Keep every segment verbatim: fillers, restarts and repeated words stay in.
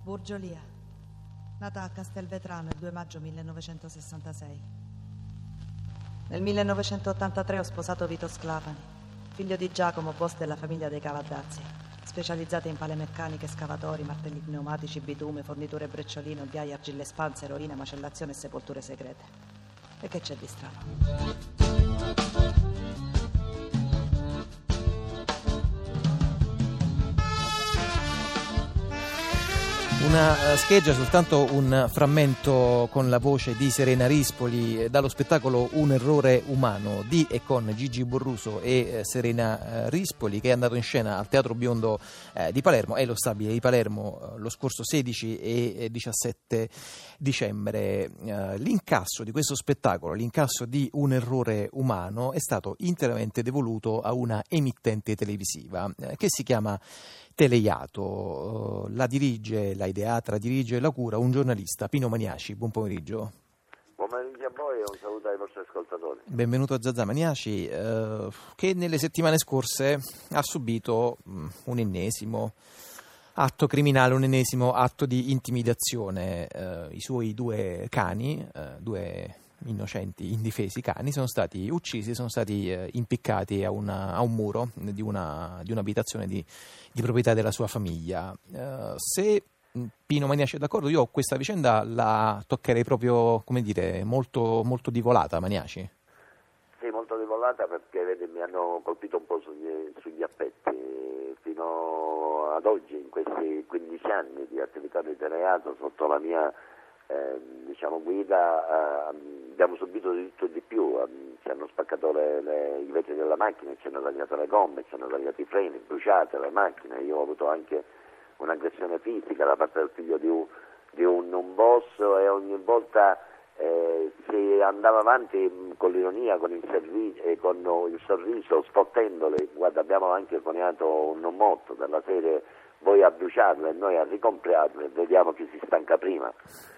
Burgiolia, nata a Castelvetrano il due maggio millenovecentosessantasei. Nel millenovecentottantatré ho sposato Vito Sclafani, figlio di Giacomo, boss della famiglia dei Cavadazzi, specializzati in pale meccaniche, scavatori, martelli pneumatici, bitume, forniture brecciolino, ghiaie, argille spanze, eroina, macellazione e sepolture segrete. E che c'è di strano? Una scheggia, soltanto un frammento con la voce di Serena Rispoli dallo spettacolo Un errore umano di e con Gigi Borruso e Serena Rispoli, che è andato in scena al Teatro Biondo di Palermo, è lo Stabile di Palermo, lo scorso sedici e diciassette dicembre. L'incasso di questo spettacolo, l'incasso di Un errore umano, è stato interamente devoluto a una emittente televisiva che si chiama Teleiato. La dirige, la ideata, la dirige e la cura un giornalista, Pino Maniaci. Buon pomeriggio. Buon pomeriggio a voi e un saluto ai vostri ascoltatori. Benvenuto a Zazà. Maniaci, eh, che nelle settimane scorse ha subito mh, un ennesimo atto criminale, un ennesimo atto di intimidazione. Eh, I suoi due cani, eh, due innocenti, indifesi cani, sono stati uccisi, sono stati eh, impiccati a, una, a un muro di, una, di un'abitazione di, di proprietà della sua famiglia. Uh, se Pino Maniaci è d'accordo, io questa vicenda la toccherei proprio, come dire, molto, molto di volata, Maniaci. Sì, molto di volata, perché vedi, mi hanno colpito un po' sugli, sugli affetti. Fino ad oggi, in questi quindici anni di attività di Teleiato, sotto la mia eh, diciamo guida, eh, abbiamo subito di tutto e di più. Eh, ci hanno spaccato le, le, i vetri della macchina, ci hanno tagliato le gomme, ci hanno tagliato i freni, bruciate le macchine. Io ho avuto anche un'aggressione fisica da parte del figlio di un, di un, un boss, e ogni volta eh, si andava avanti con l'ironia, con il, servi- e con il sorriso, sfottendoli. Guarda, abbiamo anche coniato un motto della serie: voi a bruciarle e noi a ricomprarle, vediamo chi si stanca prima.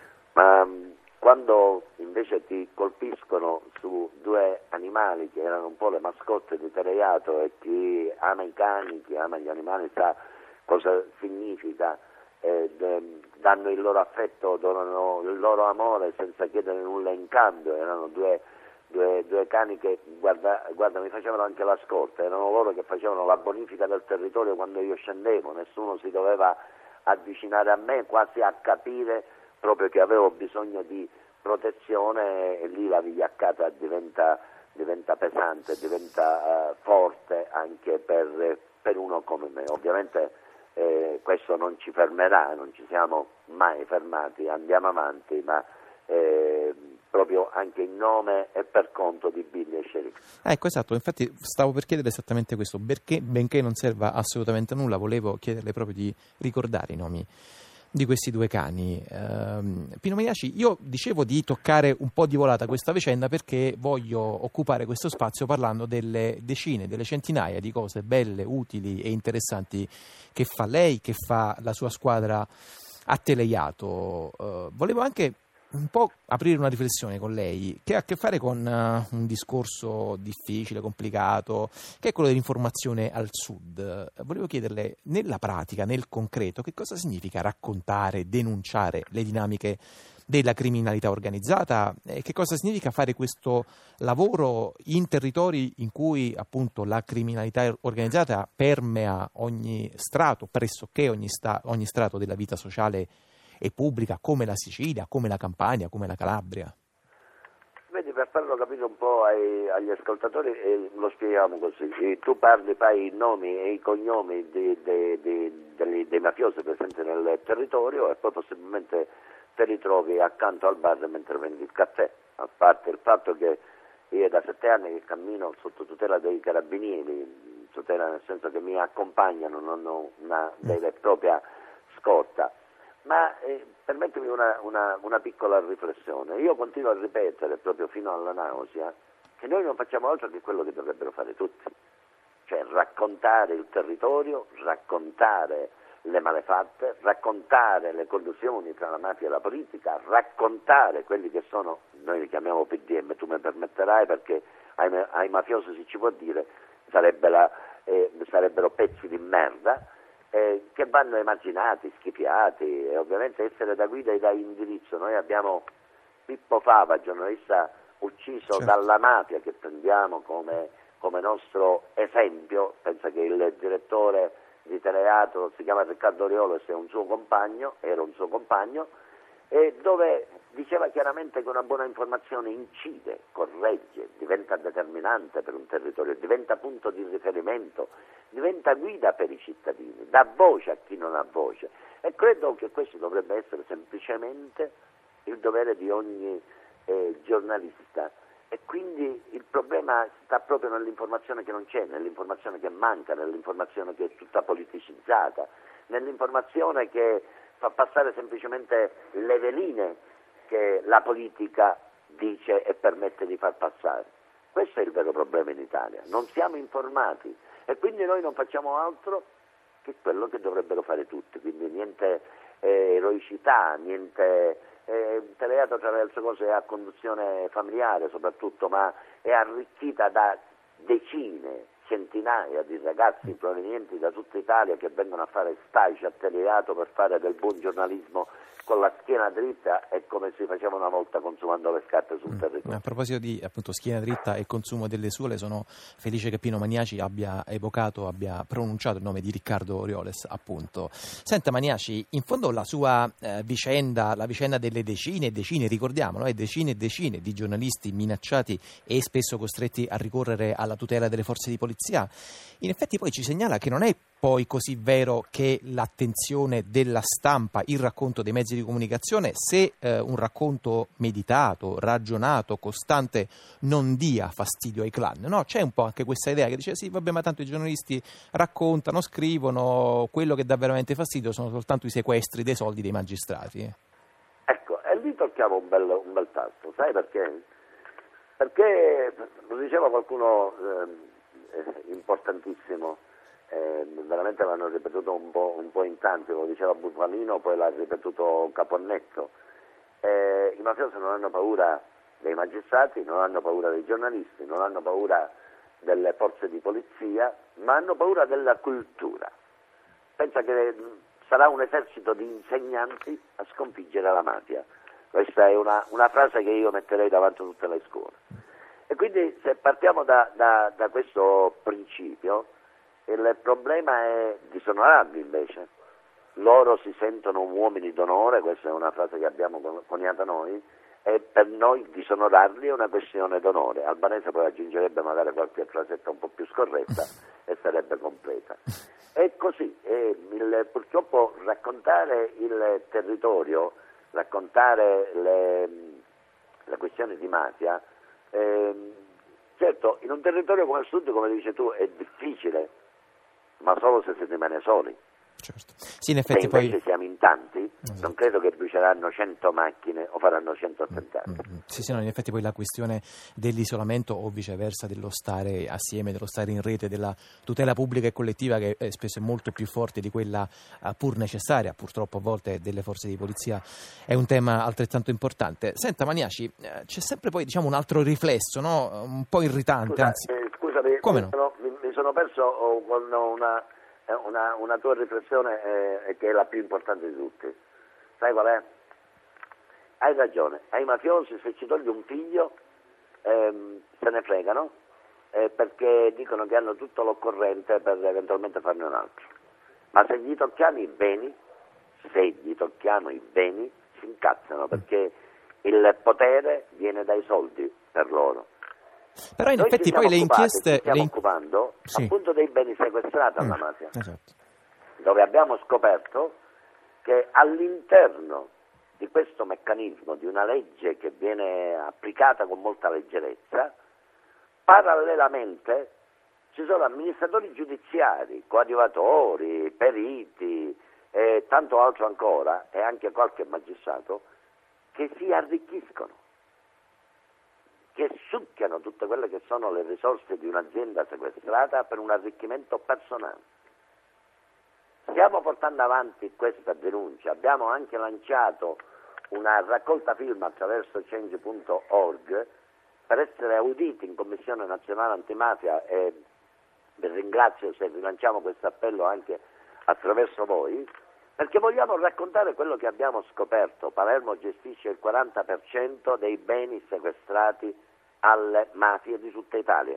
Ma quando invece ti colpiscono su due animali che erano un po' le mascotte di Teleiato, e chi ama i cani, chi ama gli animali sa cosa significa, eh, danno il loro affetto, donano il loro amore senza chiedere nulla in cambio. Erano due, due, due cani che, guarda, guarda, mi facevano anche la scorta, erano loro che facevano la bonifica del territorio quando io scendevo, nessuno si doveva avvicinare a me, quasi a capire proprio che avevo bisogno di protezione, e lì la vigliaccata diventa, diventa pesante, diventa uh, forte anche per, per uno come me. Ovviamente eh, questo non ci fermerà, non ci siamo mai fermati, andiamo avanti, ma eh, proprio anche in nome e per conto di Billy e Sheriff. Ecco, esatto, infatti stavo per chiedere esattamente questo, perché, benché non serva assolutamente a nulla, volevo chiederle proprio di ricordare i nomi di questi due cani. Uh, Pino Maniaci, io dicevo di toccare un po' di volata questa vicenda perché voglio occupare questo spazio parlando delle decine, delle centinaia di cose belle, utili e interessanti che fa lei, che fa la sua squadra a Teleiato. Uh, volevo anche un po' aprire una riflessione con lei che ha a che fare con uh, un discorso difficile, complicato, che è quello dell'informazione al Sud. Uh, volevo chiederle, nella pratica, nel concreto, che cosa significa raccontare, denunciare le dinamiche della criminalità organizzata, e che cosa significa fare questo lavoro in territori in cui appunto la criminalità organizzata permea ogni strato, pressoché ogni, sta- ogni strato della vita sociale e pubblica, come la Sicilia, come la Campania, come la Calabria. Vedi, per farlo capire un po' ai, agli ascoltatori, eh, lo spieghiamo così: eh, tu parli, fai i nomi e i cognomi di, di, di, dei, dei mafiosi presenti nel territorio, e poi possibilmente te li trovi accanto al bar mentre vendi il caffè. A parte il fatto che io da sette anni che cammino sotto tutela dei carabinieri, tutela nel senso che mi accompagnano, non ho una vera e propria scorta. Ma eh, permettimi una, una, una piccola riflessione. Io continuo a ripetere, proprio fino alla nausea, che noi non facciamo altro che quello che dovrebbero fare tutti, cioè raccontare il territorio, raccontare le malefatte, raccontare le collusioni tra la mafia e la politica, raccontare quelli che sono, noi li chiamiamo P D M, tu mi permetterai, perché ai, ai mafiosi si ci può dire, sarebbe la, eh, sarebbero pezzi di merda, eh, che vanno emarginati, schifiati, e ovviamente essere da guida e da indirizzo. Noi abbiamo Pippo Fava, giornalista ucciso certo. dalla mafia, che prendiamo come, come nostro esempio. Pensa che il direttore di Teleatro si chiama Riccardo Orioles, è un suo compagno, era un suo compagno, e dove diceva chiaramente che una buona informazione incide, corregge, diventa determinante per un territorio, diventa punto di riferimento, diventa guida per i cittadini, dà voce a chi non ha voce, e credo che questo dovrebbe essere semplicemente il dovere di ogni eh, giornalista. E quindi il problema sta proprio nell'informazione che non c'è, nell'informazione che manca, nell'informazione che è tutta politicizzata, nell'informazione che fa passare semplicemente le veline che la politica dice e permette di far passare. Questo è il vero problema in Italia, non siamo informati e quindi noi non facciamo altro che quello che dovrebbero fare tutti, quindi niente eh, eroicità, niente... Eh, Teleatro attraverso cose a conduzione familiare soprattutto, ma è arricchita da decine, centinaia di ragazzi provenienti da tutta Italia che vengono a fare stage a Teleatro per fare del buon giornalismo con la schiena dritta e come si faceva una volta consumando le scarpe sul territorio. A proposito di appunto schiena dritta e consumo delle suole, sono felice che Pino Maniaci abbia evocato, abbia pronunciato il nome di Riccardo Orioles, appunto. Senta Maniaci, in fondo la sua eh, vicenda, la vicenda delle decine e decine, ricordiamolo, eh, decine e decine di giornalisti minacciati e spesso costretti a ricorrere alla tutela delle forze di polizia, in effetti poi ci segnala che non è poi così vero che l'attenzione della stampa, il racconto dei mezzi di comunicazione, se eh, un racconto meditato, ragionato, costante, non dia fastidio ai clan, no? C'è un po' anche questa idea che dice sì, vabbè, ma tanto i giornalisti raccontano, scrivono, quello che dà veramente fastidio sono soltanto i sequestri dei soldi dei magistrati. Ecco, e lì tocchiamo un bel, un bel tasto, sai perché? Perché, lo diceva qualcuno eh, importantissimo, Eh, veramente l'hanno ripetuto un po', un po' in tanti, lo diceva Bufalino, poi l'ha ripetuto Caponnetto. Eh, I mafiosi non hanno paura dei magistrati, non hanno paura dei giornalisti, non hanno paura delle forze di polizia, ma hanno paura della cultura. Pensa che sarà un esercito di insegnanti a sconfiggere la mafia. Questa è una, una frase che io metterei davanti a tutte le scuole. E quindi se partiamo da, da, da questo principio, il problema è disonorarli invece. Loro si sentono uomini d'onore, questa è una frase che abbiamo coniata noi, e per noi disonorarli è una questione d'onore. Albanese poi aggiungerebbe magari qualche frasetta un po' più scorretta e sarebbe completa. È così, è il, purtroppo raccontare il territorio, raccontare le, le questioni di mafia, eh, certo in un territorio come il Sud, come dici tu, è difficile, ma solo se si rimane soli. Certo. Sì, in effetti se invece poi siamo in tanti, esatto. Non credo che bruceranno cento macchine o faranno cento attentati. Mm-hmm. Sì, sì, no, in effetti poi la questione dell'isolamento o viceversa dello stare assieme, dello stare in rete, della tutela pubblica e collettiva che è spesso è molto più forte di quella uh, pur necessaria, purtroppo a volte delle forze di polizia, è un tema altrettanto importante. Senta Maniaci, eh, c'è sempre poi diciamo un altro riflesso, no? Un po' irritante, Scusa, anzi. eh, scusami, Come mi, no? sono, mi, mi sono perso oh, con una, una, una tua riflessione eh, che è la più importante di tutte. Sai qual è? Hai ragione, ai mafiosi se ci togli un figlio ehm, se ne fregano eh, perché dicono che hanno tutto l'occorrente per eventualmente farne un altro. Ma se gli tocchiamo i beni, se gli tocchiamo i beni, si incazzano perché il potere viene dai soldi per loro. Però in Noi effetti ci poi le occupati, inchieste... ci stiamo le in... occupando sì. appunto dei beni sequestrati alla mm, mafia, esatto. dove abbiamo scoperto che all'interno di questo meccanismo, di una legge che viene applicata con molta leggerezza, parallelamente ci sono amministratori giudiziari, coadiuvatori, periti e tanto altro ancora, e anche qualche magistrato, che si arricchiscono, che succhiano tutte quelle che sono le risorse di un'azienda sequestrata per un arricchimento personale. Stiamo portando avanti questa denuncia, abbiamo anche lanciato una raccolta firma attraverso change punto org per essere auditi in Commissione Nazionale Antimafia, e vi ringrazio se rilanciamo questo appello anche attraverso voi, perché vogliamo raccontare quello che abbiamo scoperto. Palermo gestisce il quaranta per cento dei beni sequestrati alle mafie di tutta Italia.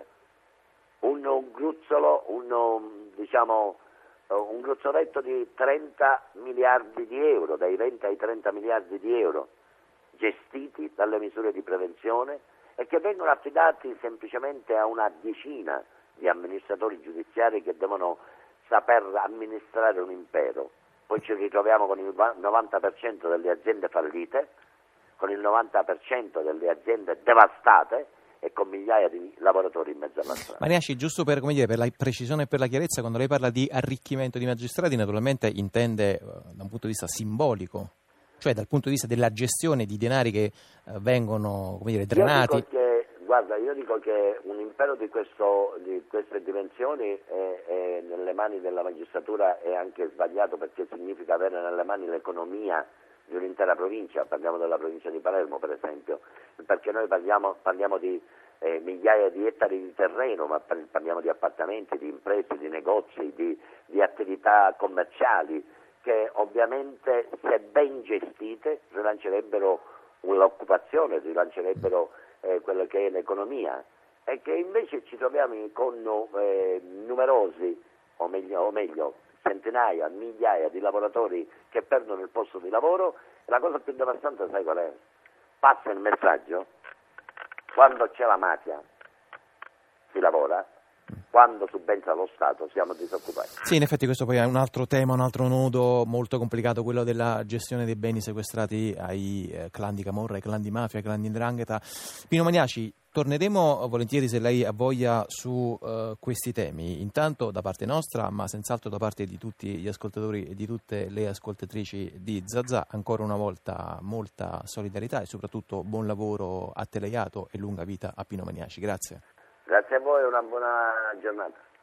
Un, un gruzzolo, un, diciamo, un gruzzoletto di trenta miliardi di euro, dai venti ai trenta miliardi di euro, gestiti dalle misure di prevenzione e che vengono affidati semplicemente a una decina di amministratori giudiziari che devono saper amministrare un impero. Poi ci ritroviamo con il novanta per cento delle aziende fallite, con il novanta per cento delle aziende devastate e con migliaia di lavoratori in mezzo alla strada. Maniaci, giusto per, come dire, per la precisione e per la chiarezza, quando lei parla di arricchimento di magistrati, naturalmente intende uh, da un punto di vista simbolico, cioè dal punto di vista della gestione di denari che uh, vengono, come dire, drenati. Io dico che, guarda, io dico che un impero di, questo, di queste dimensioni è, è nelle mani della magistratura è anche sbagliato, perché significa avere nelle mani l'economia di un'intera provincia. Parliamo della provincia di Palermo, per esempio, perché noi parliamo, parliamo di eh, migliaia di ettari di terreno, ma parliamo di appartamenti, di imprese, di negozi, di, di attività commerciali che ovviamente, se ben gestite, rilancerebbero l'occupazione, rilancerebbero eh, quello che è l'economia, e che invece ci troviamo con eh, numerosi, o meglio, o meglio centinaia, migliaia di lavoratori che perdono il posto di lavoro. E la cosa più devastante, sai qual è? Passa il messaggio: quando c'è la mafia si lavora, quando subentra lo Stato siamo disoccupati. Sì, in effetti questo poi è un altro tema, un altro nodo molto complicato, quello della gestione dei beni sequestrati ai eh, clan di Camorra, ai clan di mafia, ai clan di 'ndrangheta. Pino Maniaci, torneremo volentieri, se lei ha voglia, su uh, questi temi, intanto da parte nostra, ma senz'altro da parte di tutti gli ascoltatori e di tutte le ascoltatrici di Zazà. Ancora una volta molta solidarietà e soprattutto buon lavoro a Teleiato e lunga vita a Pino Maniaci. Grazie. Grazie a voi e una buona giornata.